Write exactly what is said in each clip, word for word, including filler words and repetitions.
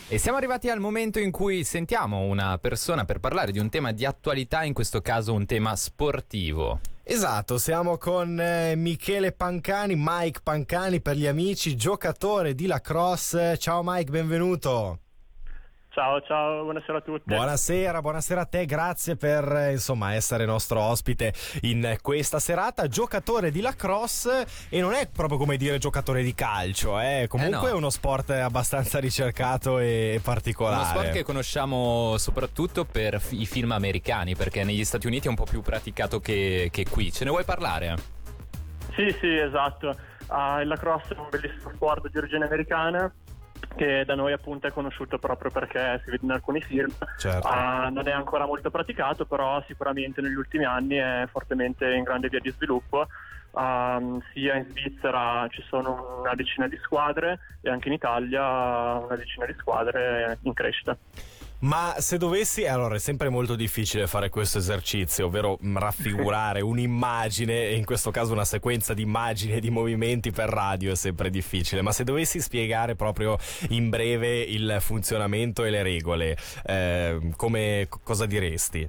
E siamo arrivati al momento in cui sentiamo una persona per parlare di un tema di attualità, in questo caso un tema sportivo. Esatto, siamo con eh, Michele Pancani, Mike Pancani per gli amici, giocatore di lacrosse. Ciao Mike, benvenuto. Ciao, ciao, buonasera a tutti. Buonasera, buonasera a te, grazie per eh, insomma essere nostro ospite in questa serata. Giocatore di lacrosse, e non è proprio come dire giocatore di calcio, eh? Comunque Eh no. è uno sport abbastanza ricercato e particolare. Uno sport che conosciamo soprattutto per f- i film americani, perché negli Stati Uniti è un po' più praticato che, che qui. Ce ne vuoi parlare? Sì, sì, esatto. Uh, il lacrosse è un bellissimo sport di origine americana che da noi appunto è conosciuto proprio perché si vede in alcuni film. Certo. Uh, non è ancora molto praticato, però sicuramente negli ultimi anni è fortemente in grande via di sviluppo. Uh, sia in Svizzera ci sono una decina di squadre e anche in Italia una decina di squadre in crescita. Ma se dovessi, allora è sempre molto difficile fare questo esercizio, ovvero mh, raffigurare un'immagine, e in questo caso una sequenza di immagini e di movimenti per radio è sempre difficile, ma se dovessi spiegare proprio in breve il funzionamento e le regole, eh, come cosa diresti?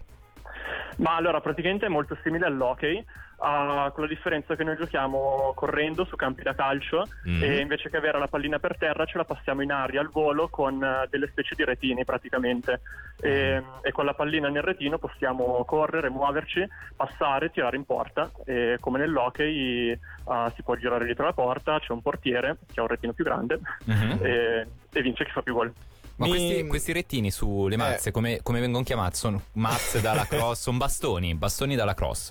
Ma allora praticamente è molto simile all'hockey, uh, con la differenza che noi giochiamo correndo su campi da calcio mm. e invece che avere la pallina per terra ce la passiamo in aria al volo con uh, delle specie di retini praticamente mm. e, e con la pallina nel retino possiamo correre, muoverci, passare, tirare in porta, e come nell'hockey uh, si può girare dietro la porta, c'è un portiere che ha un retino più grande mm-hmm. e, e vince chi fa più gol. Ma Mi... questi, questi rettini sulle mazze, eh. come, come vengono chiamati? Sono mazze da lacrosse, sono bastoni, bastoni da lacrosse.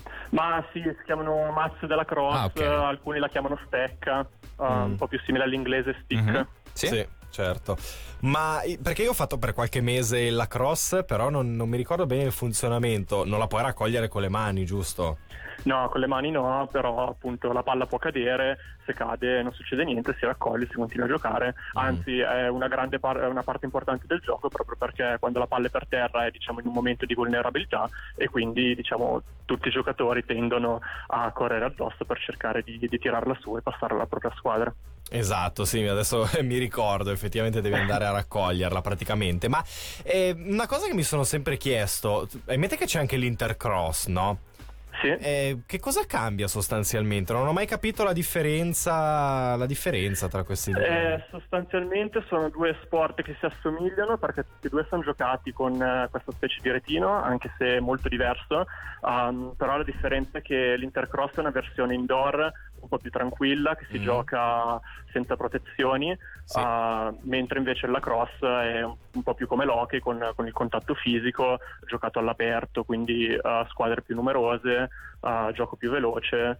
Ma sì, si chiamano mazze da lacrosse, ah, okay. alcuni la chiamano stecca, uh, mm. un po' più simile all'inglese stick. Mm-hmm. Sì? Sì, certo. Ma perché io ho fatto per qualche mese il lacrosse, però non, non mi ricordo bene il funzionamento. Non la puoi raccogliere con le mani, giusto? No, con le mani no, però appunto la palla può cadere, se cade non succede niente, si raccoglie, si continua a giocare, anzi mm. è una grande par- è una parte importante del gioco, proprio perché quando la palla è per terra è diciamo in un momento di vulnerabilità e quindi diciamo tutti i giocatori tendono a correre addosso per cercare di, di tirarla su e passare alla propria squadra. Esatto, sì, adesso mi ricordo, effettivamente devi andare a raccoglierla praticamente. Ma eh, una cosa che mi sono sempre chiesto, ammetti che c'è anche l'intercross, no? Sì. Eh, che cosa cambia sostanzialmente? Non ho mai capito la differenza la differenza tra questi due. Eh, sostanzialmente sono due sport che si assomigliano perché tutti e due sono giocati con uh, questa specie di retino, anche se molto diverso, um, però la differenza è che l'intercross è una versione indoor un po' più tranquilla, che si mm. gioca senza protezioni, sì. uh, mentre invece il lacrosse è un po' più come l'hockey, con, con il contatto fisico, giocato all'aperto, quindi uh, squadre più numerose, uh, gioco più veloce,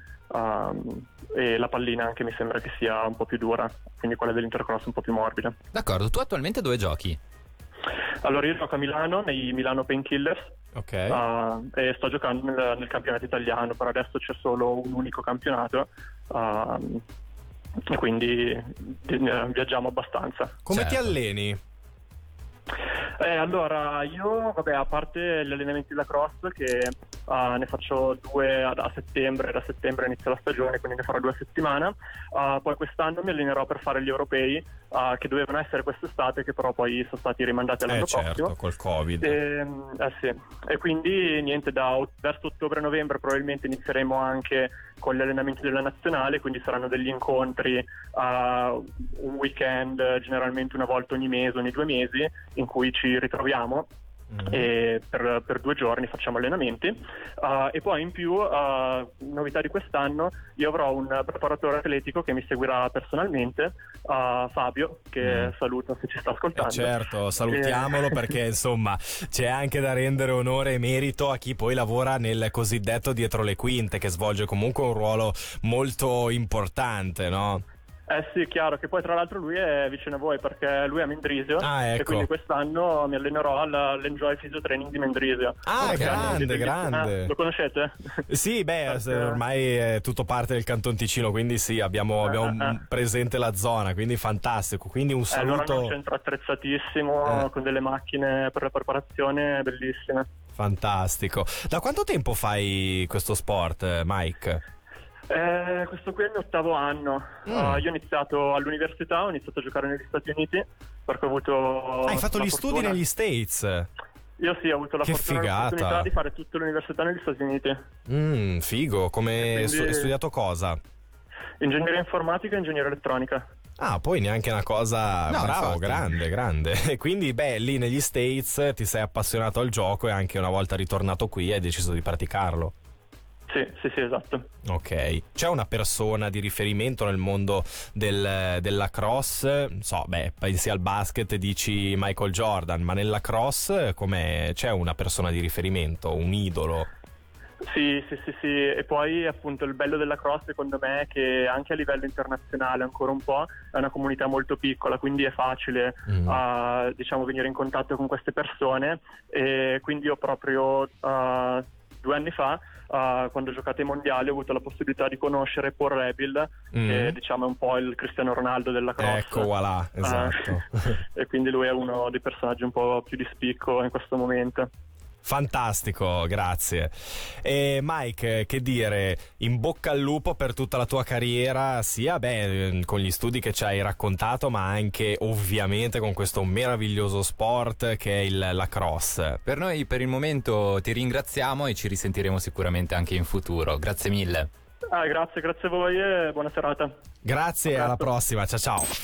uh, e la pallina anche mi sembra che sia un po' più dura, quindi quella dell'intercross un po' più morbida. D'accordo, tu attualmente dove giochi? Allora io gioco a Milano, nei Milano Painkillers. Ok. Uh, e sto giocando nel, nel campionato italiano, però adesso c'è solo un unico campionato, uh, e quindi uh, viaggiamo abbastanza. Come certo. ti alleni? Eh, allora io, vabbè, a parte gli allenamenti di lacrosse che uh, ne faccio due a, a settembre, da settembre inizia la stagione, quindi ne farò due a settimana, uh, poi quest'anno mi allenerò per fare gli europei uh, che dovevano essere quest'estate, che però poi sono stati rimandati all'anno eh, certo, prossimo col Covid. e, eh sì, e quindi niente, da verso ottobre-novembre probabilmente inizieremo anche con gli allenamenti della nazionale, quindi saranno degli incontri uh, un weekend, generalmente una volta ogni mese, ogni due mesi, in cui ci ritroviamo mm. e per, per due giorni facciamo allenamenti, uh, e poi in più, uh, novità di quest'anno, io avrò un preparatore atletico che mi seguirà personalmente, uh, Fabio, che mm. saluto se ci sta ascoltando. Eh certo, salutiamolo e... perché insomma c'è anche da rendere onore e merito a chi poi lavora nel cosiddetto dietro le quinte, che svolge comunque un ruolo molto importante, no? Eh sì, chiaro, che poi tra l'altro lui è vicino a voi perché lui è a Mendrisio, ah, ecco. E quindi quest'anno mi allenerò all'Enjoy Physiotraining di Mendrisio. Ah, grande, grande. Ah, lo conoscete? Sì, beh, perché... ormai è tutto parte del Canton Ticino, quindi sì, abbiamo, abbiamo eh, eh. presente la zona, quindi fantastico. Quindi un saluto. Eh, allora è un centro attrezzatissimo, eh. con delle macchine per la preparazione bellissime. Fantastico. Da quanto tempo fai questo sport, Mike? Eh, questo qui è il mio ottavo anno. Mm. Uh, io ho iniziato all'università, ho iniziato a giocare negli Stati Uniti perché ho avuto. Ah, hai fatto la gli fortuna- studi negli States? Io sì, ho avuto la Che fortuna e figata. l'opportunità di fare tutta l'università negli Stati Uniti. Mm, figo. Come Quindi- stu- hai studiato cosa? Ingegneria informatica e ingegneria elettronica. Ah, poi neanche una cosa. No, Bravo, infatti. grande, grande. E quindi, beh, lì negli States ti sei appassionato al gioco e anche una volta ritornato qui hai deciso di praticarlo. Sì, sì, sì, esatto. Ok. C'è una persona di riferimento nel mondo del, della cross? Non so, beh, pensi al basket e dici Michael Jordan, ma nella cross com'è? C'è una persona di riferimento, un idolo? Sì, sì, sì, sì, e poi appunto il bello della cross secondo me è che anche a livello internazionale ancora un po' è una comunità molto piccola, quindi è facile Mm. uh, diciamo venire in contatto con queste persone, e quindi io proprio uh, due anni fa uh, quando ho giocato ai mondiali ho avuto la possibilità di conoscere Paul Rebill, Mm. che diciamo è un po' il Cristiano Ronaldo della cross. Ecco, voilà, esatto. Uh, e quindi lui è uno dei personaggi un po' più di spicco in questo momento. Fantastico, grazie. E Mike, che dire, in bocca al lupo per tutta la tua carriera, sia beh, con gli studi che ci hai raccontato, ma anche ovviamente con questo meraviglioso sport che è il lacrosse. Per noi per il momento ti ringraziamo e ci risentiremo sicuramente anche in futuro. Grazie mille. Ah, grazie, grazie a voi e buona serata. Grazie, Grazie. alla prossima, ciao ciao.